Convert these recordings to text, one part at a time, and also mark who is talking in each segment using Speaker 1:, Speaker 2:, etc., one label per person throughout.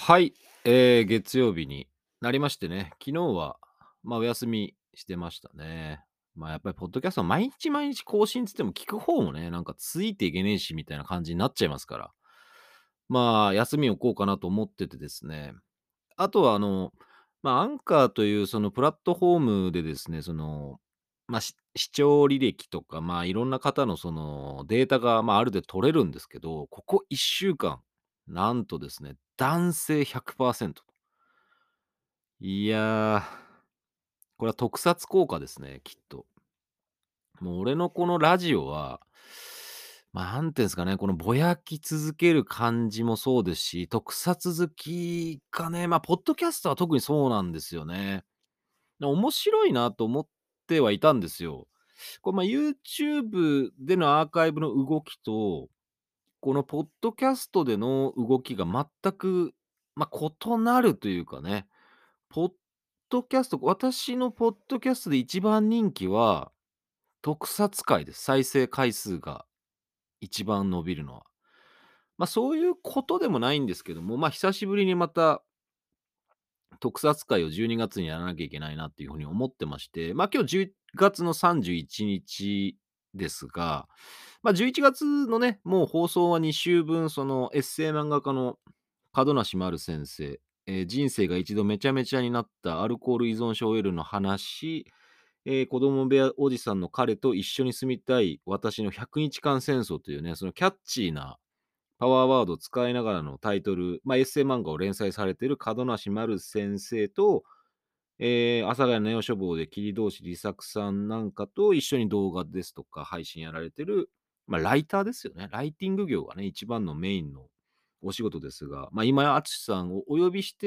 Speaker 1: はい、月曜日になりましてね、昨日は、お休みしてましたね。やっぱりポッドキャストは毎日毎日更新つっても聞く方もね、なんかついていけねえしみたいな感じになっちゃいますから、休みをこうかなと思っててですね。あとはアンカーというそのプラットフォームでですね、視聴履歴とか、いろんな方のそのデータが、ある程度取れるんですけど、ここ1週間、なんとですね、男性100%。いやー、これは特撮効果ですね、きっと。もう俺のこのラジオは、なんていうんですかね、このぼやき続ける感じもそうですし、特撮好きがね、ポッドキャストは特にそうなんですよね。面白いなと思ってはいたんですよ。YouTube でのアーカイブの動きと、このポッドキャストでの動きが全く、異なるというかね、ポッドキャスト私のポッドキャストで一番人気は、特撮回です。再生回数が一番伸びるのは。そういうことでもないんですけども、久しぶりにまた特撮会を12月にやらなきゃいけないなっていうふうに思ってまして、今日10月の31日ですが、11月のね、もう放送は2週分、そのエッセイ漫画家の角梨丸先生、人生が一度めちゃめちゃになったアルコール依存症 OL の話、子供部屋おじさんの彼と一緒に住みたい私の100日間戦争というね、そのキャッチーなパワーワードを使いながらのタイトル、エッセイ漫画を連載されている角梨丸先生と、阿佐ヶ谷ネオ書房で切通し利作さんなんかと一緒に動画ですとか配信やられてる、ライターですよね。ライティング業がね、一番のメインのお仕事ですが、今や淳さんをお呼びして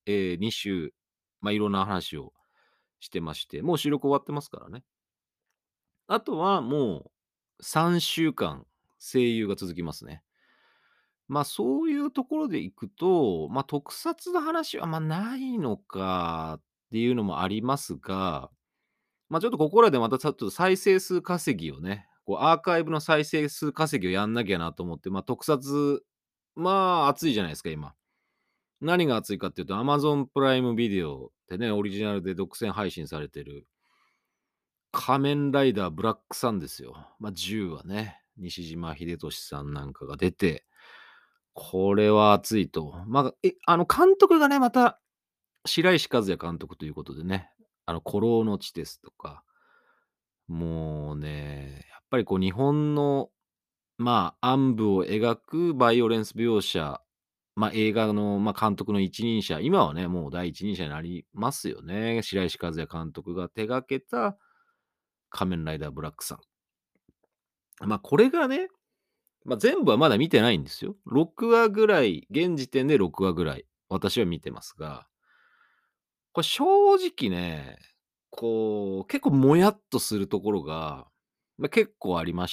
Speaker 1: 、2週、いろんな話をしてまして、もう収録終わってますからね。あとはもう3週間声優が続きますね。そういうところでいくと、特撮の話は、ないのかっていうのもありますが、ちょっとここらでまたちょっと再生数稼ぎをね、こうアーカイブの再生数稼ぎをやんなきゃなと思って、特撮、熱いじゃないですか、今。何が熱いかっていうと、Amazon プライムビデオでね、オリジナルで独占配信されてる仮面ライダーブラックサンですよ。10はね、西島秀俊さんなんかが出て、これは熱いと。監督がね、また、白石和也監督ということでね、孤狼の血ですとか、もうね、やっぱりこう日本の、暗部を描くバイオレンス描写、映画の、監督の一人者、今はね、もう第一人者になりますよね。白石和也監督が手掛けた仮面ライダーブラックさん。これがね、全部はまだ見てないんですよ。6話ぐらい、現時点で6話ぐらい、私は見てますが、これ正直ね、こう、結構もやっとするところが、結構ありまして、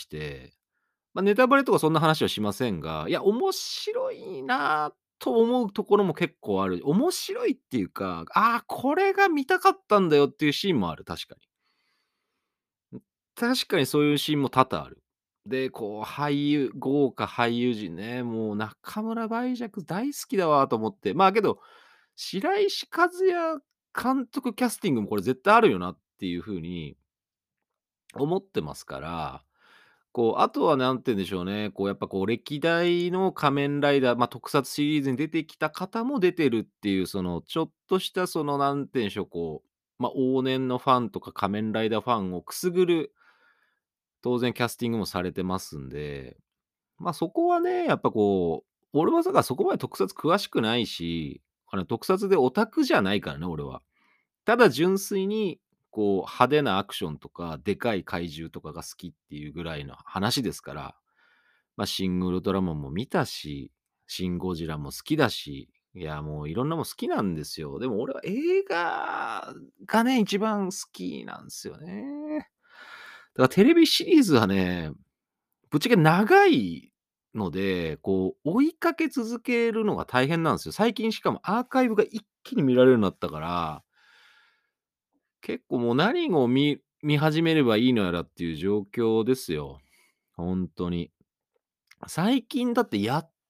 Speaker 1: ネタバレとかそんな話はしませんが、いや、面白いなと思うところも結構ある。面白いっていうか、ああ、これが見たかったんだよっていうシーンもある、確かに。確かにそういうシーンも多々ある。で、こう豪華俳優陣ね、もう中村梅雀大好きだわと思って、けど、白石和也監督キャスティングもこれ絶対あるよなっていう風に思ってますから、あとは何て言うんでしょうね、やっぱ歴代の仮面ライダー、特撮シリーズに出てきた方も出てるっていう、そのちょっとしたその何て言うんでしょう、往年のファンとか仮面ライダーファンをくすぐる当然キャスティングもされてますんで、そこはね、やっぱ俺はだからそこまで特撮詳しくないし、特撮でオタクじゃないからね、俺は。ただ純粋に、派手なアクションとか、でかい怪獣とかが好きっていうぐらいの話ですから、シン・ウルトラマンも見たし、シン・ゴジラも好きだし、いや、もういろんなもん好きなんですよ。でも俺は映画がね、一番好きなんですよね。だからテレビシリーズはね、ぶっちゃけ長いので、追いかけ続けるのが大変なんですよ。最近しかもアーカイブが一気に見られるようになったから、結構もう何を見始めればいいのやらっていう状況ですよ。ほんとに。最近だってやっ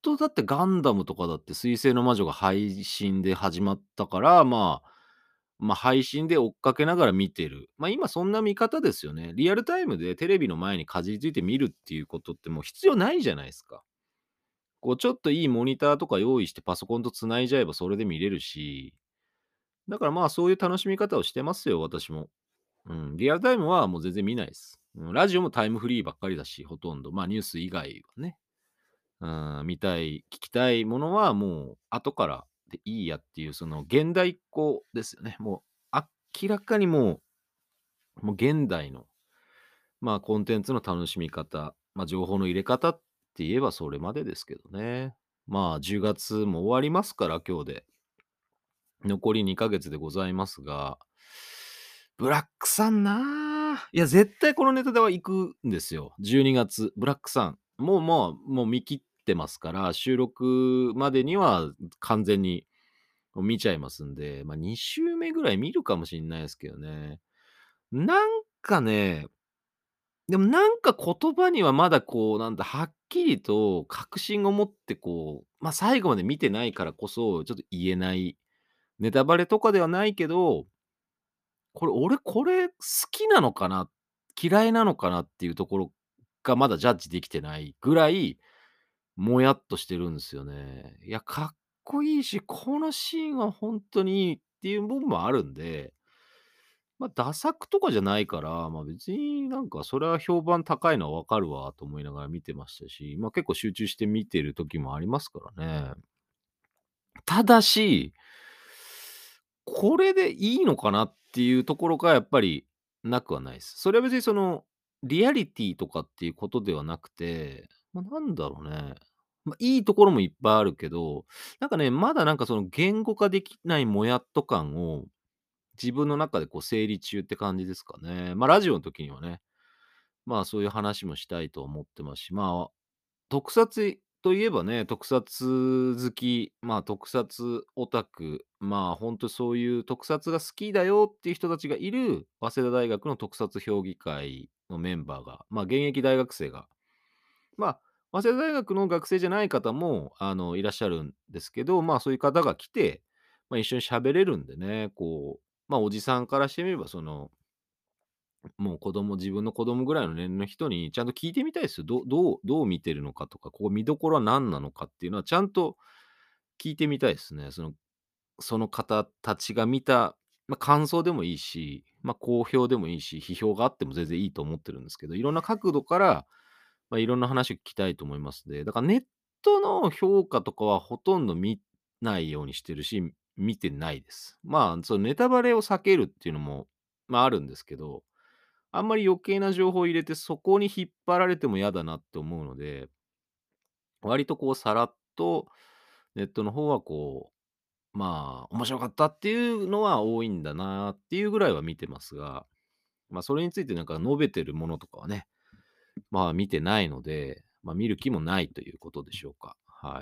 Speaker 1: だってガンダムとかだって水星の魔女が配信で始まったから、配信で追っかけながら見てる。今そんな見方ですよね。リアルタイムでテレビの前にかじりついて見るっていうことってもう必要ないじゃないですか。こうちょっといいモニターとか用意してパソコンと繋いじゃえばそれで見れるし、だからそういう楽しみ方をしてますよ、私も。うん、リアルタイムはもう全然見ないです。うん、ラジオもタイムフリーばっかりだし、ほとんど。ニュース以外はね。うん、見たい、聞きたいものはもう後からでいいやっていう、その現代っ子ですよね。もう明らかにもう現代の、コンテンツの楽しみ方、情報の入れ方って言えばそれまでですけどね。10月も終わりますから、今日で。残り2ヶ月でございますが、ブラックさんなあ。いや、絶対このネタでは行くんですよ。12月、ブラックさん。もう見切ってますから、収録までには完全に見ちゃいますんで、2週目ぐらい見るかもしんないですけどね。なんかね、でもなんか言葉にはまだこう、なんだ、はっきりと確信を持ってこう、最後まで見てないからこそ、ちょっと言えないネタバレとかではないけど、俺これ好きなのかな、嫌いなのかなっていうところがまだジャッジできてないぐらい、もやっとしてるんですよね。いや、かっこいいし、このシーンはほんとにいいっていう部分もあるんで、ダ作とかじゃないから、別になんかそれは評判高いのはわかるわと思いながら見てましたし、結構集中して見てる時もありますからね。ただし、これでいいのかなっていうところがやっぱりなくはないです。それは別にその、リアリティとかっていうことではなくて、なんだろうね。いいところもいっぱいあるけど、なんかね、まだなんかその言語化できないもやっと感を自分の中でこう整理中って感じですかね。ラジオの時にはね、そういう話もしたいと思ってますし、特撮といえばね、特撮好き、特撮オタク、ほんとそういう特撮が好きだよっていう人たちがいる早稲田大学の特撮評議会のメンバーが、現役大学生が、まあ、早稲田大学の学生じゃない方も、いらっしゃるんですけど、そういう方が来て、一緒に喋れるんでね、こう、おじさんからしてみれば、その、もう自分の子供ぐらいの年齢の人にちゃんと聞いてみたいですよ。どう見てるのかとか、ここ見どころは何なのかっていうのはちゃんと聞いてみたいですね。その方たちが見た、感想でもいいし、好評でもいいし、批評があっても全然いいと思ってるんですけど、いろんな角度から、いろんな話を聞きたいと思いますね。だからネットの評価とかはほとんど見ないようにしてるし、見てないです。そのネタバレを避けるっていうのも、あるんですけど、あんまり余計な情報を入れて、そこに引っ張られても嫌だなって思うので、割とこうさらっと、ネットの方はこう、面白かったっていうのは多いんだなっていうぐらいは見てますが、それについてなんか述べてるものとかはね、見てないので、見る気もないということでしょうか。はい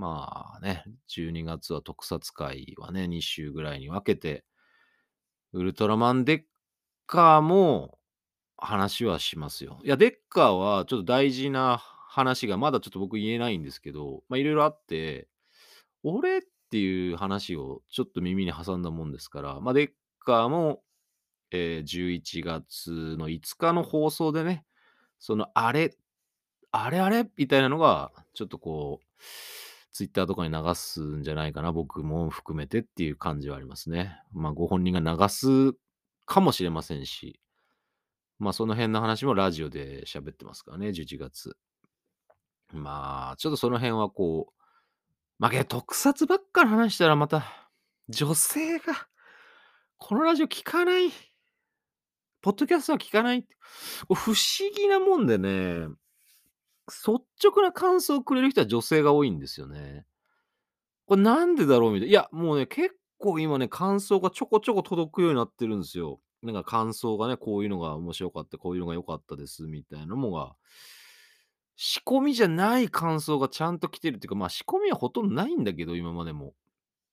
Speaker 1: 。12月は特撮会はね、2週ぐらいに分けて、ウルトラマンデッカーも話はしますよ。いや、デッカーはちょっと大事な話がまだちょっと僕言えないんですけど、いろいろあって、俺っていう話をちょっと耳に挟んだもんですから、デッカーも、11月の5日の放送でね、そのあれみたいなのが、ちょっとこう、ツイッターとかに流すんじゃないかな、僕も含めてっていう感じはありますね。ご本人が流すかもしれませんし、その辺の話もラジオで喋ってますからね、11月。ちょっとその辺はこう、けど特撮ばっかり話したらまた、女性が、このラジオ聞かない、ポッドキャストは聞かない、不思議なもんでね、率直な感想をくれる人は女性が多いんですよね。これなんでだろうみたいな。いや、もうね、結構今ね、感想がちょこちょこ届くようになってるんですよ。なんか感想がね、こういうのが面白かった、こういうのが良かったですみたいなのが、仕込みじゃない感想がちゃんと来てるっていうか、仕込みはほとんどないんだけど、今までも。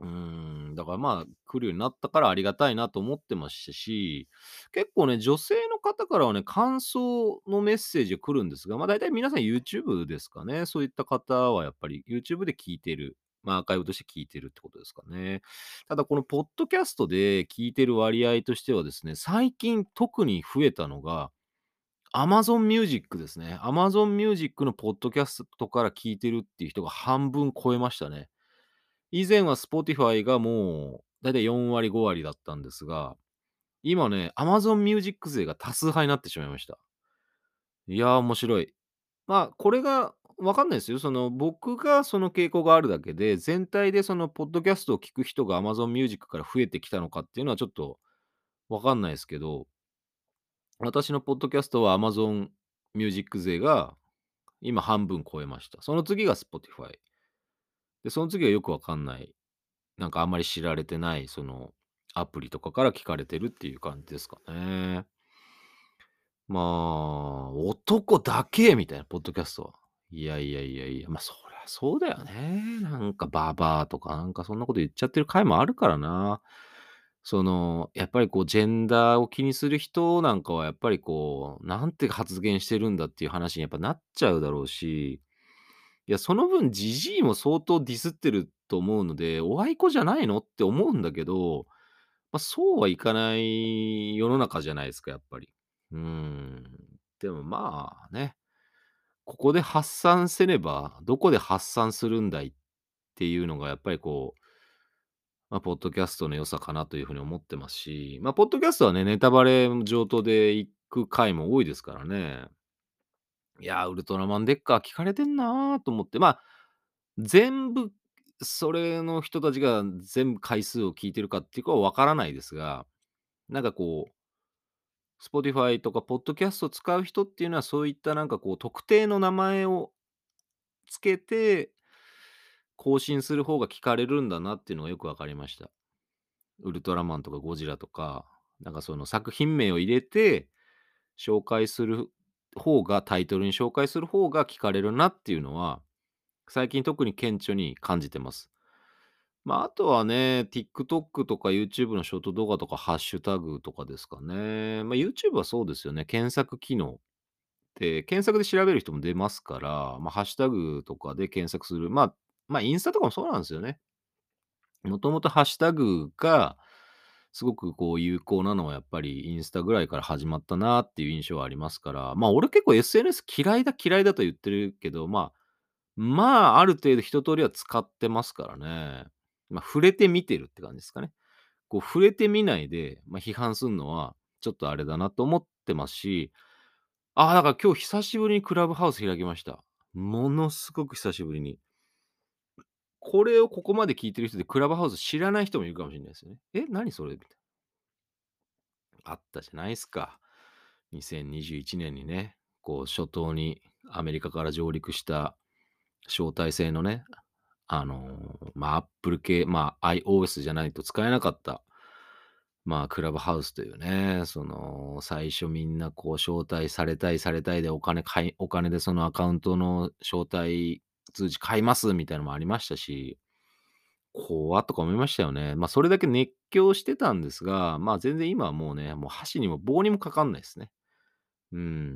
Speaker 1: だからまあ、来るようになったからありがたいなと思ってましたし、結構ね、女性の方からはね、感想のメッセージが来るんですが、まあ大体皆さん YouTube ですかね。そういった方はやっぱり YouTube で聞いてる。まあアーカイブとして聞いてるってことですかね。ただこのポッドキャストで聞いてる割合としてはですね、最近特に増えたのが Amazon Music ですね。Amazon Music のポッドキャストから聞いてるっていう人が半分超えましたね。以前は Spotify がもう、だいたい4割5割だったんですが、今ね、Amazon Music 勢が多数派になってしまいました。いやー、面白い。まあ、これがわかんないですよ。僕がその傾向があるだけで、全体でそのポッドキャストを聞く人が Amazon Music から増えてきたのかっていうのはちょっとわかんないですけど、私のポッドキャストは Amazon Music 勢が今半分超えました。その次が Spotify。で、その次はよくわかんないなんかあんまり知られてない、アプリとかから聞かれてるっていう感じですかね。まあ、男だけみたいな、ポッドキャストは。いやいやいやいや、ま、そりゃそうだよね。なんかババアとか、なんかそんなこと言っちゃってる回もあるからな。やっぱりこうジェンダーを気にする人なんかはやっぱりこう、なんて発言してるんだっていう話にやっぱなっちゃうだろうし、いや、その分ジジイも相当ディスってると思うので、おあいこじゃないのって思うんだけど、まあ、そうはいかない世の中じゃないですか、やっぱり。うーん。でもまあね、ここで発散せねば、どこで発散するんだいっていうのがやっぱりこう、まあ、ポッドキャストの良さかなというふうに思ってますし、まあ、ポッドキャストはね、ネタバレ上等で行く回も多いですからね。いやー、ウルトラマンデッカー聞かれてんなーと思って、まあ、全部、それの人たちが全部回数を聞いてるかっていうかはわからないですが、なんかこう、Spotify とかポッドキャストを使う人っていうのは、そういったなんかこう、特定の名前をつけて、更新する方が聞かれるんだなっていうのがよくわかりました。ウルトラマンとかゴジラとか、なんかその作品名を入れて、紹介する方が、タイトルに紹介する方が聞かれるなっていうのは、最近特に顕著に感じてます。まあ、あとはね、TikTok とか YouTube のショート動画とかハッシュタグとかですかね。まあ、YouTube はそうですよね。検索機能で、検索で調べる人も出ますから、まあ、ハッシュタグとかで検索する。インスタとかもそうなんですよね。もともとハッシュタグが、すごくこう有効なのはやっぱりインスタぐらいから始まったなっていう印象はありますから、まあ俺結構 SNS 嫌いだ嫌いだと言ってるけど、ある程度一通りは使ってますからね。まあ触れてみてるって感じですかね。こう触れてみないで、まあ批判するのはちょっとあれだなと思ってますし、だから今日久しぶりにクラブハウス開きました。ものすごく久しぶりに。これをここまで聞いてる人でクラブハウス知らない人もいるかもしれないですよね。え、何それみたいな。あったじゃないですか。2021年にね、こう初頭にアメリカから上陸した招待制のね、Apple 系、iOS じゃないと使えなかった、クラブハウスというね、最初みんなこう招待されたいされたいでお金でそのアカウントの招待通知買いますみたいなのもありましたし、怖っとか思いましたよね。それだけ熱狂してたんですが、全然今はもうね、もう箸にも棒にもかかんないですね。うん。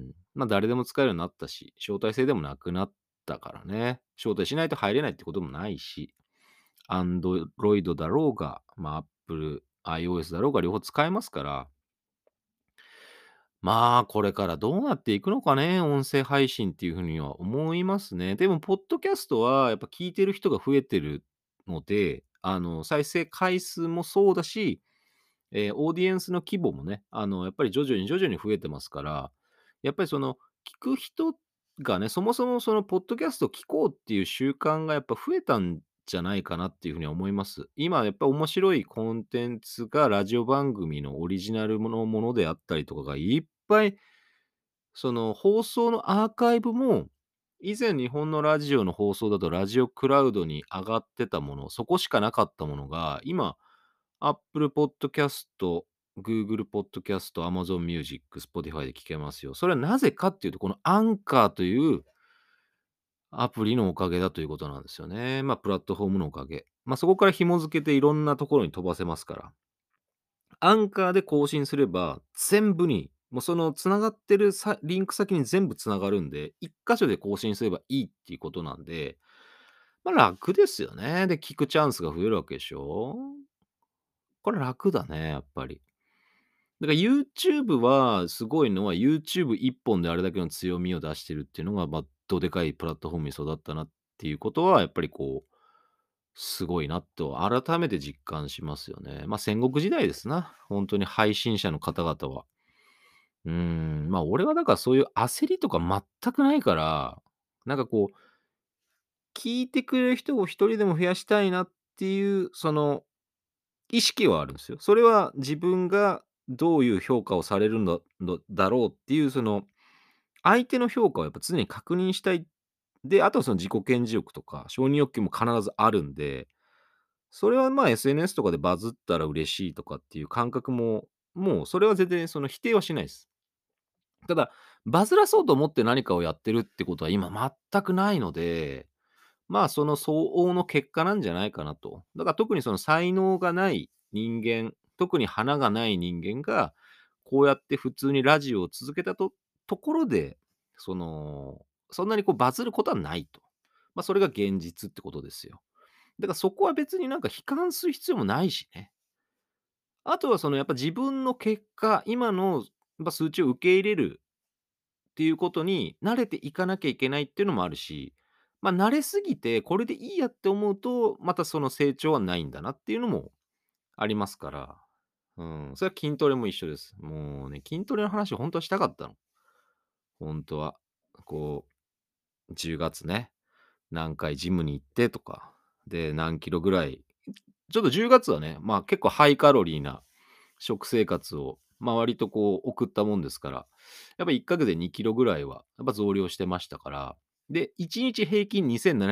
Speaker 1: 誰でも使えるようになったし、招待制でもなくなったからね。招待しないと入れないってこともないし、Android だろうが、Apple、iOS だろうが両方使えますから、これからどうなっていくのかね、音声配信っていうふうには思いますね。でも、ポッドキャストはやっぱ聞いてる人が増えてるので、再生回数もそうだし、オーディエンスの規模もね、やっぱり徐々に徐々に増えてますから、やっぱり聞く人がね、そもそもそのポッドキャストを聞こうっていう習慣がやっぱ増えたんじゃないかなっていうふうに思います。今やっぱ面白いコンテンツがラジオ番組のオリジナルのものであったりとかがいっぱい、その放送のアーカイブも、以前日本のラジオの放送だとラジオクラウドに上がってたもの、そこしかなかったものが、今 Apple Podcast、Google Podcast、Amazon Music、Spotify で聞けますよ。それはなぜかっていうと、このアンカーという、 アプリのおかげだということなんですよね。プラットフォームのおかげ。そこから紐付けていろんなところに飛ばせますから。アンカーで更新すれば、全部に、もうその繋がってるリンク先に全部繋がるんで、一箇所で更新すればいいっていうことなんで、楽ですよね。で、聞くチャンスが増えるわけでしょ。これ楽だね、やっぱり。だから YouTube はすごいのは、YouTube 一本であれだけの強みを出してるっていうのが、どでかいプラットフォームに育ったなっていうことは、やっぱりすごいなと改めて実感しますよね。戦国時代ですな。本当に配信者の方々は。俺はだからそういう焦りとか全くないから、なんか聞いてくれる人を一人でも増やしたいなっていう、その意識はあるんですよ。それは自分がどういう評価をされるだろうっていう、相手の評価をやっぱ常に確認したい。で、あとはその自己顕示欲とか承認欲求も必ずあるんで、それはSNS とかでバズったら嬉しいとかっていう感覚も、もうそれは全然その否定はしないです。ただ、バズらそうと思って何かをやってるってことは今全くないので、その相応の結果なんじゃないかなと。だから特にその才能がない人間、特に花がない人間が、こうやって普通にラジオを続けたところで、そんなにバズることはないと。それが現実ってことですよ。だからそこは別になんか悲観する必要もないしね。あとはそのやっぱ自分の結果、今の数値を受け入れるっていうことに慣れていかなきゃいけないっていうのもあるし、慣れすぎてこれでいいやって思うと、またその成長はないんだなっていうのもありますから、それは筋トレも一緒です。もうね、筋トレの話本当はしたかったの。本当は。10月ね、何回ジムに行ってとか、で、何キロぐらい、ちょっと10月はね、結構ハイカロリーな食生活を、割と送ったもんですから、やっぱ1ヶ月で2キロぐらいは、やっぱ増量してましたから、で、1日平均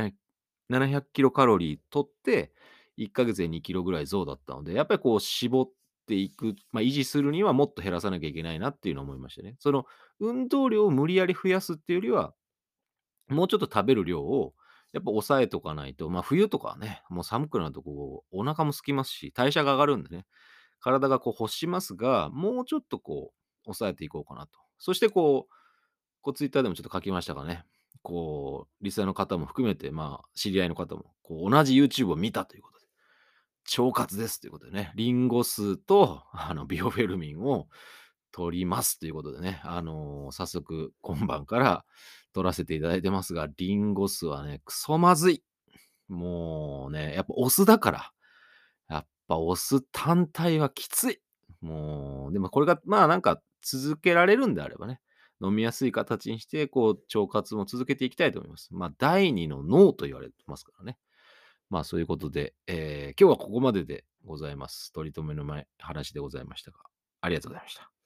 Speaker 1: 2700キロカロリー取って、1ヶ月で2キロぐらい増だったので、やっぱり絞っていく、維持するにはもっと減らさなきゃいけないなっていうのを思いましたね。その運動量を無理やり増やすっていうよりは、もうちょっと食べる量をやっぱ抑えとかないと、冬とかはね、もう寒くなるとお腹も空きますし、代謝が上がるんでね、体が欲しますが、もうちょっと抑えていこうかなと。そしてツイッターでもちょっと書きましたがね、リスナーの方も含めて、知り合いの方も、同じ YouTube を見たということで、腸活ですということでね、リンゴ酢と、ビオフェルミンを取りますということでね、早速今晩から取らせていただいてますが、リンゴ酢はね、クソまずい。もうね、やっぱお酢だから。やっぱお酢単体はきつい。もう、でもこれが、なんか続けられるんであればね、飲みやすい形にして、腸活も続けていきたいと思います。第二の脳と言われてますからね。そういうことで、今日はここまででございます。取り留めのない話でございましたが、ありがとうございました。